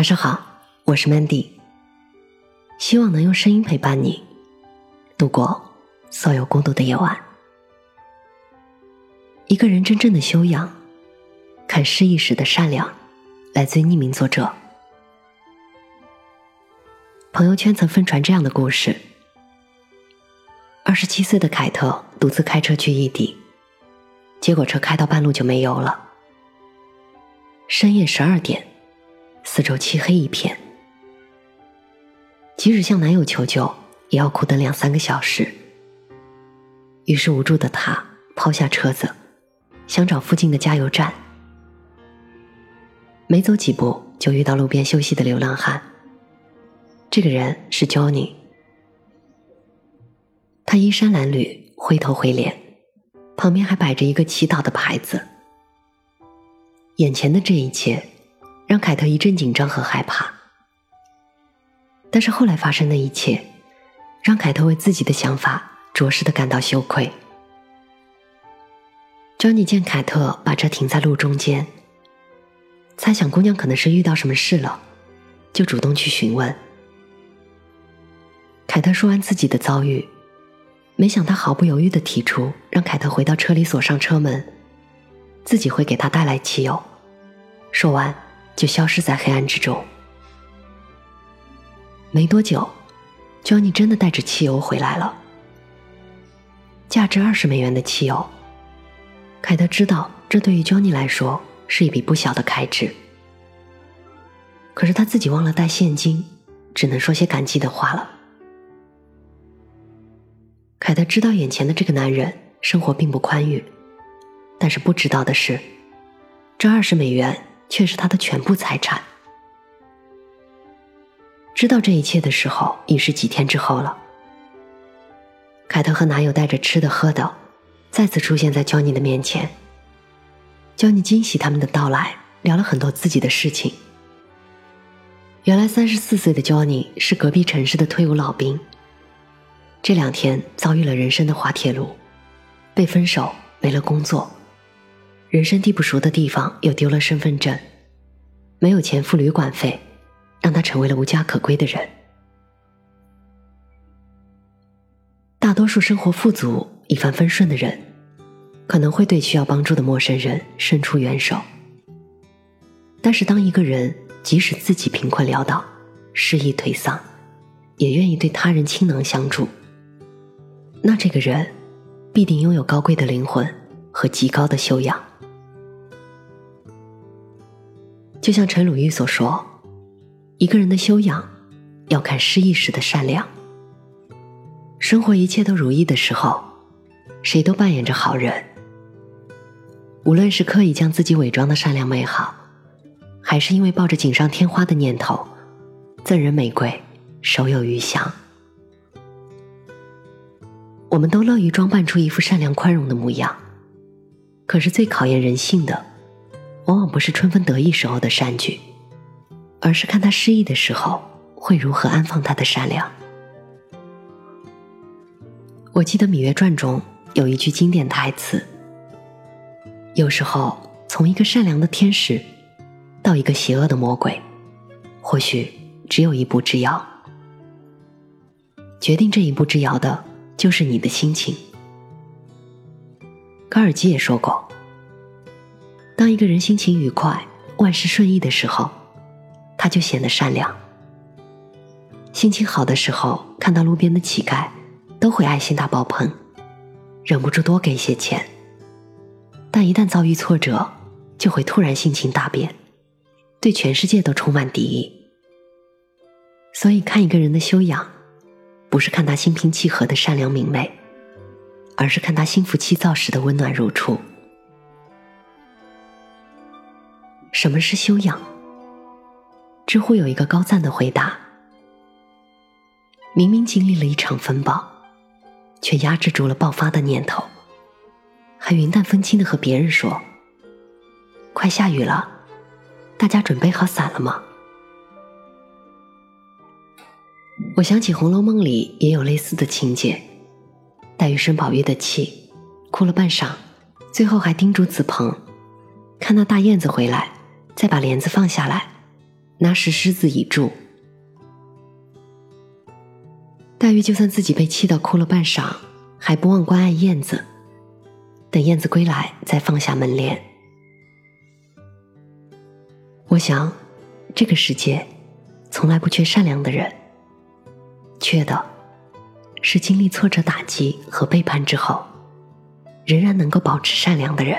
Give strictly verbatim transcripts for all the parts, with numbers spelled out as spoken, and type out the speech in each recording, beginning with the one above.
晚上好，我是 Mandy， 希望能用声音陪伴你度过所有孤独的夜晚。一个人真正的修养，看失意时的善良，来自于匿名作者。朋友圈曾疯传这样的故事：二十七岁的凯特独自开车去异地，结果车开到半路就没油了。深夜十二点，四周漆黑一片，即使向男友求救，也要苦等两三个小时。于是无助的她抛下车子，想找附近的加油站。没走几步，就遇到路边休息的流浪汉。这个人是 Johnny， 他衣衫褴褛，灰头灰脸，旁边还摆着一个祈祷的牌子。眼前的这一切让凯特一阵紧张和害怕，但是后来发生的一切让凯特为自己的想法着实的感到羞愧。Johnny 见凯特把车停在路中间，猜想姑娘可能是遇到什么事了，就主动去询问。凯特说完自己的遭遇，没想他毫不犹豫地提出让凯特回到车里锁上车门，自己会给他带来汽油，说完就消失在黑暗之中。没多久 Johnny 真的带着汽油回来了，价值二十美元的汽油。凯特知道这对于 Johnny 来说是一笔不小的开支，可是他自己忘了带现金，只能说些感激的话了。凯特知道眼前的这个男人生活并不宽裕，但是不知道的是，这二十美元却是他的全部财产。知道这一切的时候已是几天之后了。凯特和男友带着吃的喝的再次出现在 Johnny 的面前。 Johnny 惊喜他们的到来，聊了很多自己的事情。原来三十四岁的 Johnny 是隔壁城市的退伍老兵，这两天遭遇了人生的滑铁卢，被分手，没了工作，人生地不熟的地方又丢了身份证，没有钱付旅馆费，让他成为了无家可归的人。大多数生活富足一帆风顺的人，可能会对需要帮助的陌生人伸出援手，但是当一个人即使自己贫困潦倒，失意颓丧，也愿意对他人倾囊相助，那这个人必定拥有高贵的灵魂和极高的修养。就像陈鲁豫所说，一个人的修养要看失意时的善良。生活一切都如意的时候，谁都扮演着好人。无论是刻意将自己伪装的善良美好，还是因为抱着锦上添花的念头，赠人玫瑰，手有余香。我们都乐于装扮出一副善良宽容的模样，可是最考验人性的，往往不是春风得意时候的善举，而是看他失意的时候会如何安放他的善良。我记得《芈月传》中有一句经典台词，有时候从一个善良的天使到一个邪恶的魔鬼，或许只有一步之遥。决定这一步之遥的就是你的心情。高尔基也说过，当一个人心情愉快，万事顺意的时候，他就显得善良。心情好的时候，看到路边的乞丐都会爱心大爆棚，忍不住多给些钱，但一旦遭遇挫折，就会突然性情大变，对全世界都充满敌意。所以看一个人的修养，不是看他心平气和的善良明媚，而是看他心浮气躁时的温暖如初。什么是修养？知乎有一个高赞的回答：明明经历了一场风暴，却压制住了爆发的念头，还云淡风轻地和别人说，快下雨了，大家准备好伞了吗？我想起《红楼梦》里也有类似的情节，黛玉生宝玉的气，哭了半晌，最后还叮嘱子鹏，看那大燕子回来，再把帘子放下来， 拿石狮子以助。黛玉就算自己被气到哭了半晌，还不忘关爱燕子，等燕子归来再放下门帘。我想这个世界从来不缺善良的人，缺的是经历挫折打击和背叛之后仍然能够保持善良的人。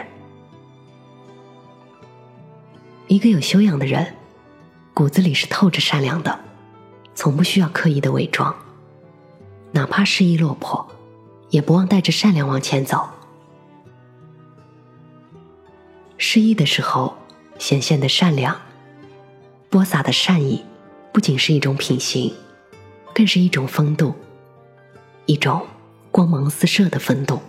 一个有修养的人骨子里是透着善良的，从不需要刻意的伪装，哪怕失意落魄也不忘带着善良往前走。失意的时候显现的善良，播撒的善意，不仅是一种品行，更是一种风度，一种光芒四射的风度。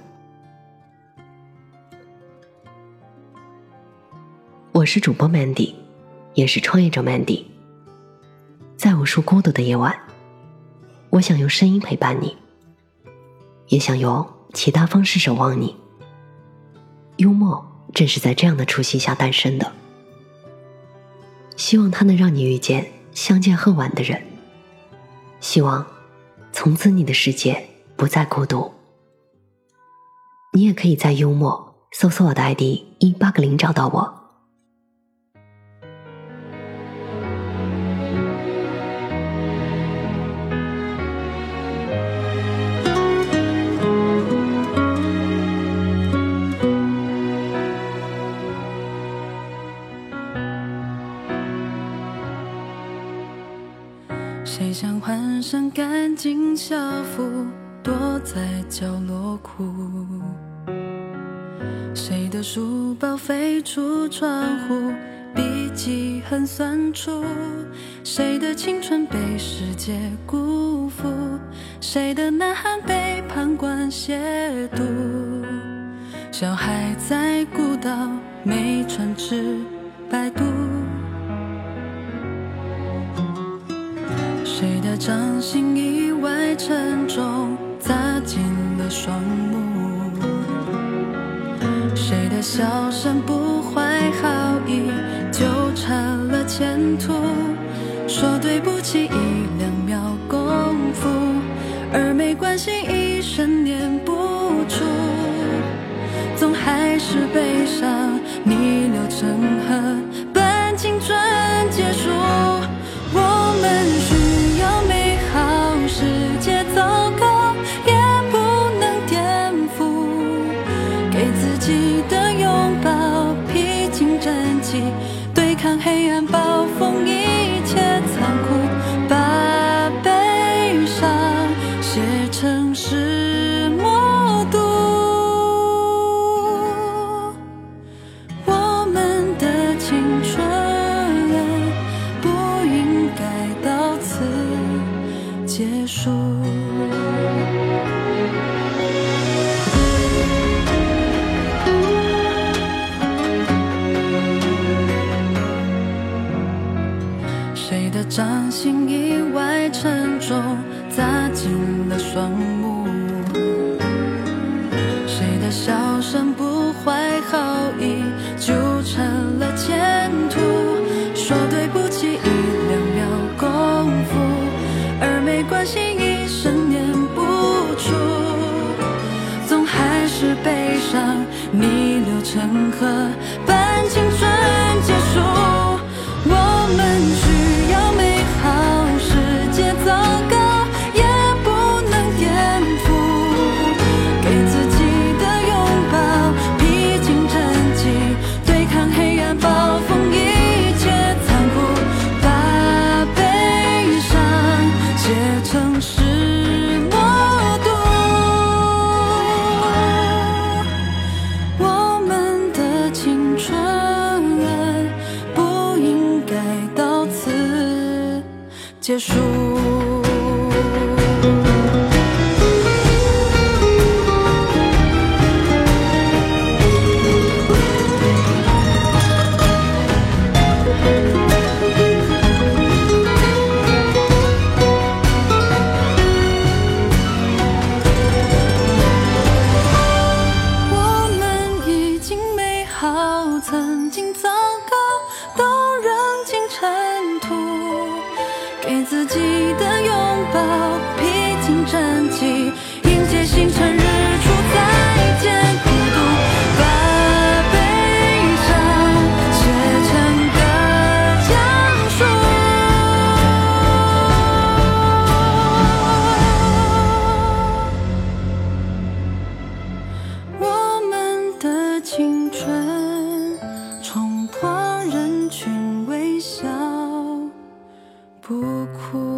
我是主播 Mandy， 也是创业者 Mandy。 在无数孤独的夜晚，我想用声音陪伴你，也想用其他方式守望你。幽默正是在这样的初心下诞生的，希望它能让你遇见相见恨晚的人，希望从此你的世界不再孤独。你也可以在幽默搜索我的 I D 一八个零找到我。 谁想换上干净校服，躲在角落哭？谁的书包飞出窗户，笔记很酸楚？谁的青春被世界辜负？谁的呐喊被旁观亵渎？小孩在孤岛没船吃摆渡，谁的掌心意外沉重，砸进了双目？谁的笑声不怀好意，纠缠了前途？说对不起一两秒功夫，而没关系一生念不出，总还是悲伤逆流成河，伴青春结束。我们需要美好世界，糟糕也不能颠覆，给自己的拥抱披荆斩棘，对抗黑暗暴风一切残酷，把悲伤写成诗默读。我们的青春结束。谁的掌心意外沉重，砸进了双目？谁的笑声不怀好意，纠缠了前途？说对不起一两秒功夫，而没关系一生念不出，总还是悲伤逆流成河，伴青春结束。我们需要美好世界，糟糕也不能颠覆，给自己的拥抱披荆斩棘，对抗黑暗暴风一切残酷，把悲伤写成诗默读。我们的青春不应该到此结束。曾经糟糕，都扔进尘土。 给自己的拥抱，披荆斩棘，迎接星辰日出，再见孤独，把悲伤写成歌讲述。我们的青春冲破人群微笑，不哭。